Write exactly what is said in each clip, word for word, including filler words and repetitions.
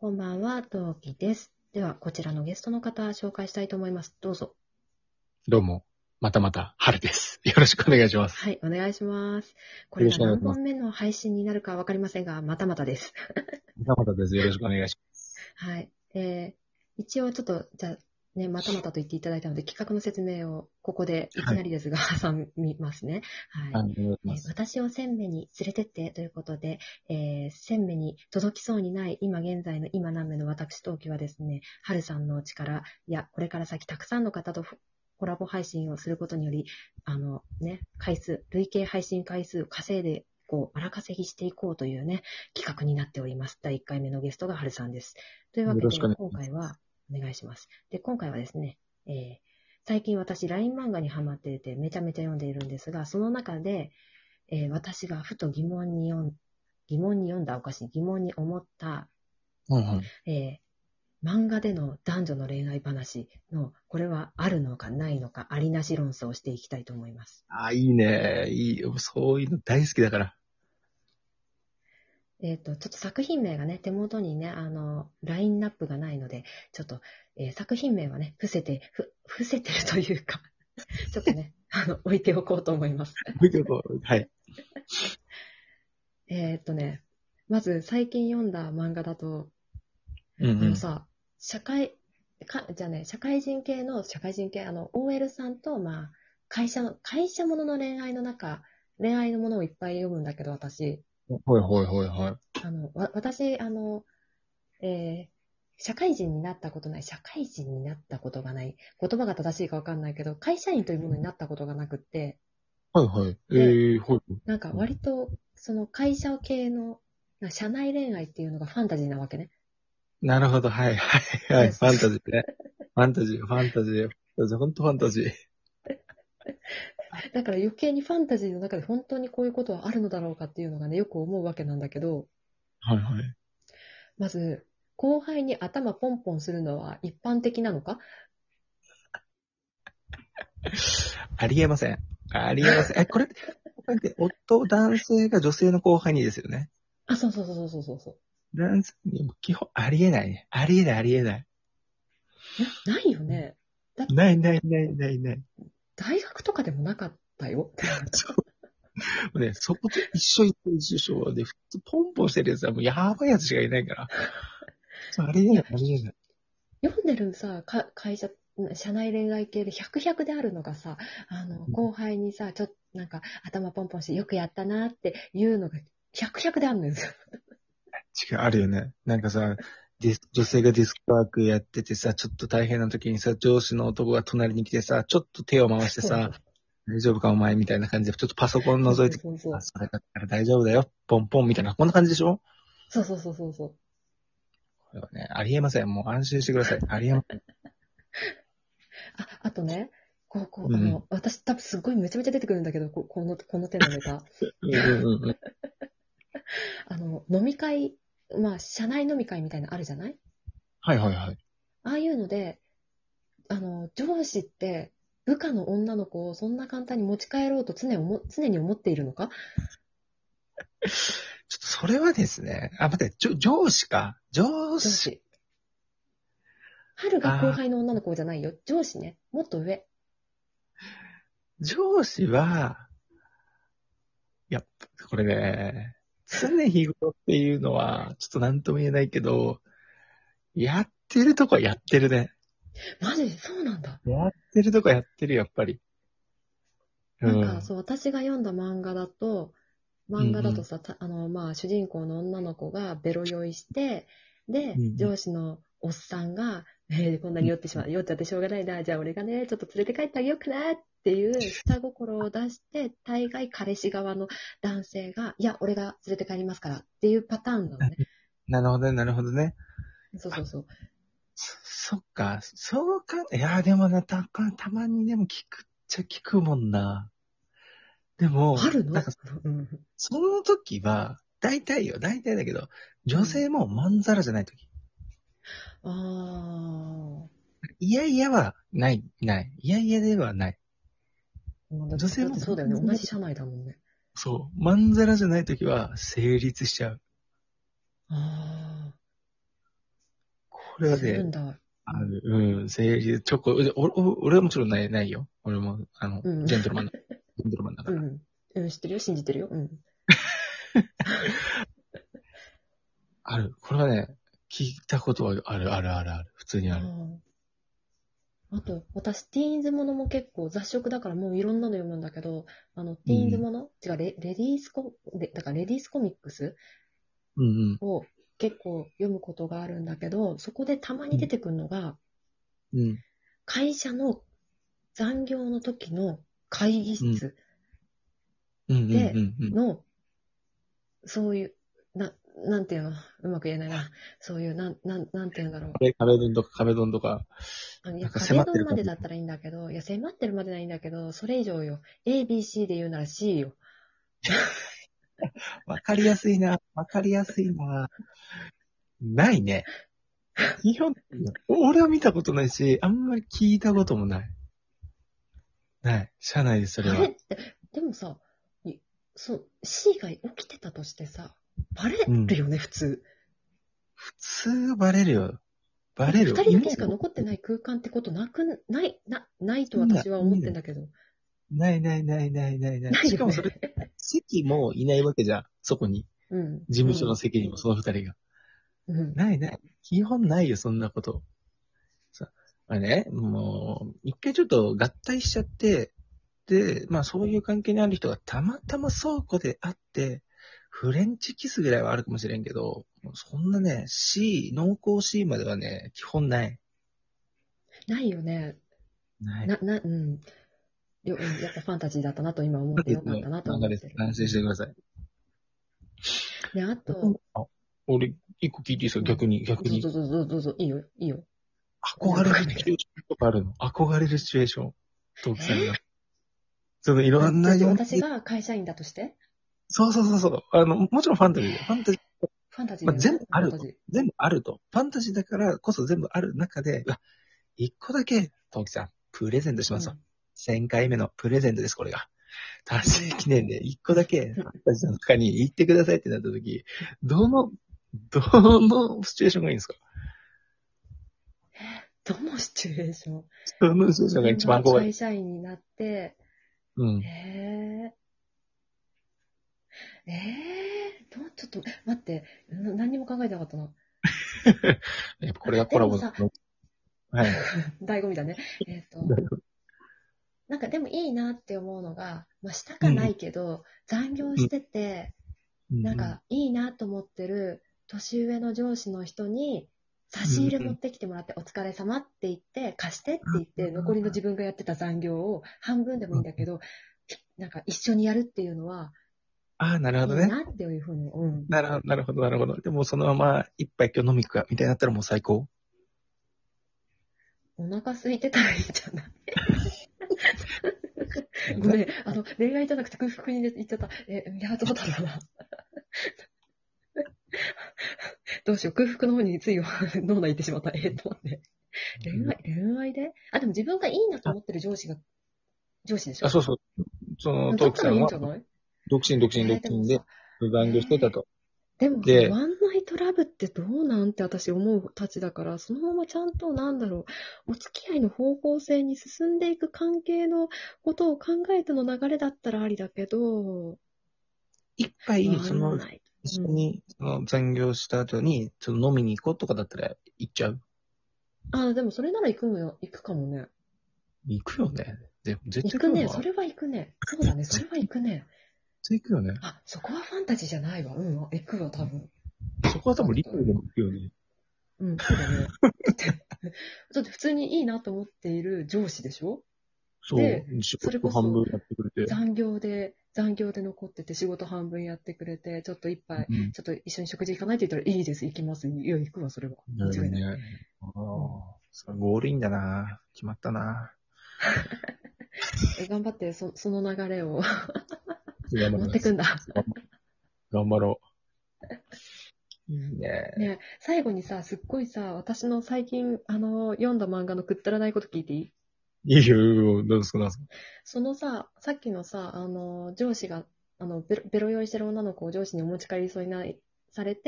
こんばんは、トウキです。では、こちらのゲストの方、紹介したいと思います。どうぞ。 どうも、またまた、春です。よろしくお願いします。 はい、お願いします。こよろしれが何くお願いします。 本目の配信になるかわかりませんが、またまたです。 またまたです。よろしくお願いします。 はい。えー、一応ちょっと、じゃあ、ね、またまたと言っていただいたので、企画の説明をここでいきはい。 なりですが、挟みますね。はい。 はい、お願いしえーます。 私を鮮明に連れてってということで、えー、鮮明に届きそうにない今現在の今何名の私陶器はですね、春さんの力やこれから先たくさんの方とコラボ配信をすることにより、あのね、回数、累計配信回数を稼いで、こう、荒稼ぎしていこうというね、企画になっております。だいいっかいめのゲストが春さんです。というわよろしくおけで、 願いします。 今回はお願いします。で、今回はですね、えー、最近私、ライン 漫画にハマっていて、めちゃめちゃ読んでいるんですが、その中で、えー私がふと疑問に読ん疑問に読んだおかしい疑問に思った、 はいはい。 えー漫画での男女の恋愛話のこれはあるのかないのかありなし論争をしていきたいと思います。 あ、いいね。いいよ。そういうの大好きだから。 えっ、とちょっと作品名がね手元にねあのラインナップがないのでちょっと、えー作品名はね伏せてふ伏せてるというかちょっとねあの置いておこうと思います。 見てこう。はい。 えっとねまず最近読んだ漫画だとうんうん。 あのさ、社会、か、じゃあね、社会人系の、社会人系、あの、オーエル さんと、まあ、会社の、会社ものの恋愛の中、恋愛のものをいっぱい読むんだけど、私、 はいはいはいはい。 あの、わ、私、あの、えー社会人になったことない、社会人になったことがない、言葉が正しいかわかんないけど、会社員というものになったことがなくって、 はいはい。えで、 ー、はい。 なんかうん、 割と、その会社系の、な社内恋愛っていうのがファンタジーなわけね。 なるほど。はいはいはい。フそうそう。 ァンタジーね。ファンタジー、ファンタジー。ファンタジー、ほんとファンタジー。 だから余計にファンタジーの中で本当にこういうことはあるのだろうかっていうのがね、よく思うわけなんだけど、 はいはい。 まず、後輩に頭ポンポンするのは一般的なのか？ ありえません。ありえません。え、これ、これって夫、男性が女性の後輩にですよね。 あ、そうそうそうそうそうそう。 男性にも基本ありえないね。ありえない、ありえない。 いや、ないよね。だ、 ないないないないない。 大学とかでもなかったよ。 そうね、そこと一緒一緒一緒で、普通ポンポンしてるやつはもうやばいやつしかいないから。そうありいや、 えない、ありえない。 読んでるさ、か会社、社内恋愛系でひゃく、ひゃくであるのがさ、あの、後輩にさ、ちょっとなんか頭ポンポンしてよくやったなっていうのがひゃく、ひゃくであるんですよ。 違う、あるよね。なんかさ、ディス女性がディスクワークやっててさ、ちょっと大変な時にさ、上司の男が隣に来てさ、ちょっと手を回してさ、 そうそう。 大丈夫かお前みたいな感じで、ちょっとパソコンそうそう覗いて、あ、 そうそう。 それだったら大丈夫だよ。ポンポンみたいな、こんな感じでしょ？ そうそうそうそうそう。 これはね、ありえません。もう安心してください。ありえません。 あ、あとね、こう、こう、 うんうん。 あの、私多分すっごいめちゃめちゃ出てくるんだけど、ここの、この手のネタ。 うんうんうんうん。 あの、飲み会、まあ、社内飲み会みたいなのあるじゃない？ はいはいはい。 ああいうので、あの、上司って部下の女の子をそんな簡単に持ち帰ろうと常に思常に思っているのか？ ちょっとそれはですね、あ、待って、上上司か。上司上司。春が後か。 輩の女の子じゃないよ。上司ね。もっと上。 上司は、いや、これね、常日頃っていうのは、ちょっとなんとも言えないけど、やってるとこはやってるね。 マジそうなんだ。 やってるとこやってる、やっぱり。うなんか、 ん。 そう、私が読んだ漫画だと、漫画だとうんさ、たあの、まあ、主人公の女の子がベロ酔いして、 うん。 で、 うん上司のおっさんが、えーこんなに酔ってしまう、酔っちゃってしょうがないな、じゃあ俺がね、ちょっと連れて帰ってあげようかなっていう下心を出して、大概彼氏側の男性が、いや、俺が連れて帰りますからっていうパターンなのね。 なるほどね、なるほどね。あ、 そうそうそう。 そ、そっか、そうか、いや、でもな、た、たまにでも聞くっちゃ聞くもんな。でも、 あるの？ なんか、 うん。 その時は、大体よ、大体だけど、女うん。 性もまんざらじゃない時。 ああ。 いやいやはない、ない。いやいやではない。 まあだって、だっ女性もてそうだよね。 まんざら、 同じ社内だもんね。 そう、まんざらじゃない時は成立しちゃう。 ああ。 これはするんね、 だ。 ある、うん、生理チョコ、俺俺はもちろんない、ないよ。俺も、あの、 うん。 ジェントルマンだ、ジェントルマンだから。 うん。うん、知ってるよ、信じてるよ。うん。 ある。これはね、聞いたことはある、ある、ある、ある。普通にある。 ああ。あと、私、ティーンズものも結構雑食だからもういろんなの読むんだけど、あの、ティーンズうん。 もの違う、レ、レディースコ、レだからレディースコミックスうんを結構読むことがあるんだけど、そこでたまに出てくるのが、 うん。うん。 会社の残業の時の会議うん。 室うん。うん。 でうん。 の、そういう、な、なんていうの、うまく言えないな。そういう、なん、なん、なんていうんだろう。 壁、壁ドンとか壁ドンとか、 あいや、 なんか迫壁ドンってる感じ。 までだったらいいんだけど、いや、迫ってるまでないいんだけど、それ以上よ。A、B、C で言うなら C よ。 わかりやすいな。わかりやすいな。ないね。基本、俺は見たことないし、あんまり聞いたこともない。ない。社内でそれは。 あれって、でもさ、いそう、C が起きてたとしてさ、バレうん。 るよね、普通。 普通バレるよ。バだってレるよ。 二人だけしか今も、 残ってない空間ってことなく、ない、な、ないとみんな、 私は思っみんな、 てんだけど。 ないないないないないない。 ないよしかもそれ、 ね。 席もいないわけじゃん。そこに。 うん。 事務所のうん。 席にもその二人が。 うん。 ないない。基本ないよ、そんなこと。さ、あれね、もう、一回ちょっと合体しちゃって、で、まあそういう関係にある人がたまたま倉庫で会って、フレンチキスぐらいはあるかもしれんけど、もうそんなね、C、濃厚 C まではね、基本ない。 ないよね。 ない。 な、な、うん。よ、うん、やっぱファンタジーだったなと今思ってよかったなと漫画です。 思ってる。 安心してください。 で、あと、 あ、俺、一個聞いていいですか？ うん。 逆に、逆に。 どうぞどうぞどうぞどうぞ、いいよ、いいよ。全然憧れるわかんないけど。 シチュエーションとかあるの？憧れるシチュエーション。トーキさんが。 えそのいろあ、 んじゃあ、じゃあな読みで、 私が会社員だとしてそうそうそうそう。あの、もちろんファンタジーで。ファンタジー、 ファンタジーまあ、 だよね全部あると。 ファンタジー。 全部あると。ファンタジーだからこそ全部ある中で、うわ、一個だけ、トーキさん、プレゼントしますわ。 うん。 せんかいめのプレゼントです、これが。達成記念で一個だけ、ファンタジーの中に行ってくださいってなった時、どの、どのシチュエーションがいいんですか？ どのシチュエーションどのシチュエーションが自分一番怖い？ が会社員になって、 うん。 えー、えー、どうちょっと、待って、な何にも考えてなかったな。 やっぱこれあ、 がコでもさ、 ラボの。はい。 醍醐味だね。えっと、なんかでもいいなって思うのが、まあ、したうん。 かないけど、残業うん。 してて、 うん。 なんかいいなと思ってる年上の上司の人に差し入れ持っうん。 てきてもらって、お疲れ様って言って、貸してって言って、残りの自分がやってた残業を半分でもいいんだけど、なんか一緒にやるっていうのはああ、なるほどいいね。 なっていうふうに、うん。 なるほど、なるほど、なるほど。でもそのまま一杯今日飲み行くか、みたいになったらもう最高。 お腹空いてたらいいんじゃない？ごだめん、あの、恋愛じゃなくて空腹に言っちゃった。え、いや、どうだろうな。どうしよう、空腹の方につい脳内行ってしまった。えっと待って。恋愛、恋愛であ、でも自分がいいなとあ、 思ってる上司が、上司でしあ、 ょ？ そうそう。その、 だったらトークさんは、 いいんじゃない？ 独身、独身、 え独身でーでもさ、え残業してたーと。 でもさ、 で、 ワンナイトラブってどうなんて私思うたちだから、そのままちゃんとなんだろう、お付き合いの方向性に進んでいく関係のことを考えての流れだったらありだけど、 一杯、 ワその、 ンナイト。うん。 一緒に、その残業した後に、その飲みに行こうとかだったら行っちゃう？ あ、でもそれなら行くのよ、行くかもね。 行くよね。で、絶行くね、 対行くよな。 それは行くね。そうだね、それは行くね。 絶対行くよね。 あ、そこはファンタジーじゃないわ。うん、行くわ、多分。 そこは多だって、 分リアルでも行くよね。 うん、そうだね。だって、だって普通にいいなと思っている上司でしょ？で、 そう。仕それこそ事半分やってくれて。 残業で、残業で残ってて仕事半分やってくれて、ちょっと一杯、 うん。 ちょっと一緒に食事行かないって言ったらいいです、行きます。いや、行くわ、それは。 だよ間違いない。 ね。あうん、 あ。それゴールインだな。決まったな。 え頑張って、そその流れを頑張ります。 持ってくんだ。 頑張ろう。いいね。 ね、最後にさ、すっごいさ、私の最近、あの、読んだ漫画のくったらないこと聞いていい？ いいよ、どうですか、どうですか。 そのさ、さっきのさ、あの、上司が、あの、ベロ、ベロ酔いしてる女の子を上司にお持ち帰りそうになされて、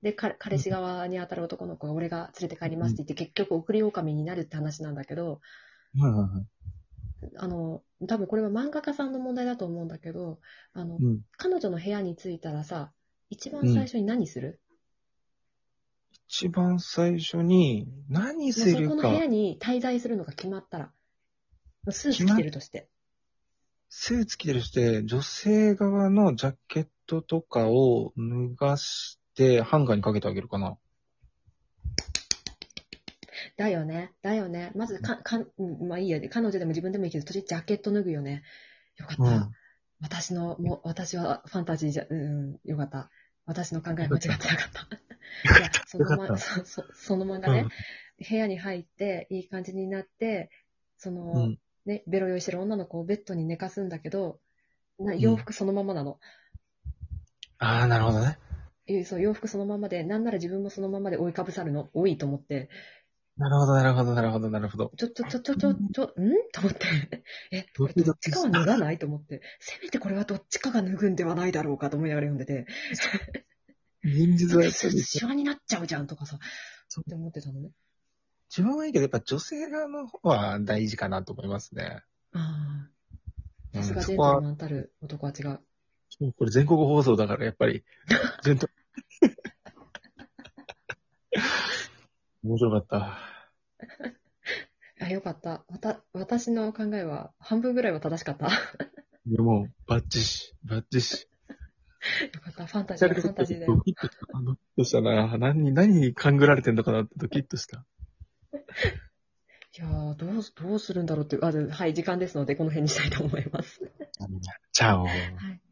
で、か彼氏側に当たる男の子が俺が連れて帰りますって言って、結局送り狼になるって話なんだけど、 はいはいはい。 あの、多分これは漫画家さんの問題だと思うんだけど、あの、 うん。 彼女の部屋に着いたらさ、一番うん。 最初に何する？ 一番最初に何もうすそこの部るか、 屋に滞在するのが決まったら、スーツ着決まっ、 てるとして。 スーツ着てるして、女性側のジャケットとかを脱がして、ハンガーにかけてあげるかな。 だよね。だよね。まずか、かん、まあいいや。彼女でも自分でもいいけど、とりあえずジャケット脱ぐよね。よかった。 うん。 私の、もう、私はファンタジーじゃ、うん、よかった。私の考え間違ってなかった。いや、そのま、 よかった。 そ、そ、その漫画ね、 うん。 部屋に入って、いい感じになって、その、 うん。 ね、ベロ酔いしてる女の子をベッドに寝かすんだけど、なうん。 洋服そのままなの。 ああ、なるほどね。 えそう、洋服そのままで、なんなら自分もそのままで覆いかぶさるの。多いと思って。 なるほど、なるほど、なるほど、なるほど。 ちょ、ちょ、ちょ、ちょ、ちょ、ちょ、んと思って。え、これどっドキドキした。 ちかは脱がないと思って。せめてこれはどっちかが脱ぐんではないだろうかと思いながら読んでて。 現実はだってスーやっぱりさ、 ツシワになっちゃうじゃんとかさ、 そうって思ってたのね。 自分はいいけど、やっぱ女性側の方は大事かなと思いますね。 ああ、さすうん、 がジェントルそこは、 マンたる男は違う。 これ全国放送だから、やっぱり、全と、面白かった。 あ、よかった。わた、私の考えは半分ぐらいは正しかった。よでも、バッチシ、バッチシ。 かった。ファンタジーはファンタ二人ともジーだよ。 ドキッとした。あドキッとしたな。何に、何に勘ぐられてんのかなってドキッとした。 いやー、どう、どうするんだろうっていう、あ、ではい、時間ですので、この辺にしたいと思います。 チャオ。 はい。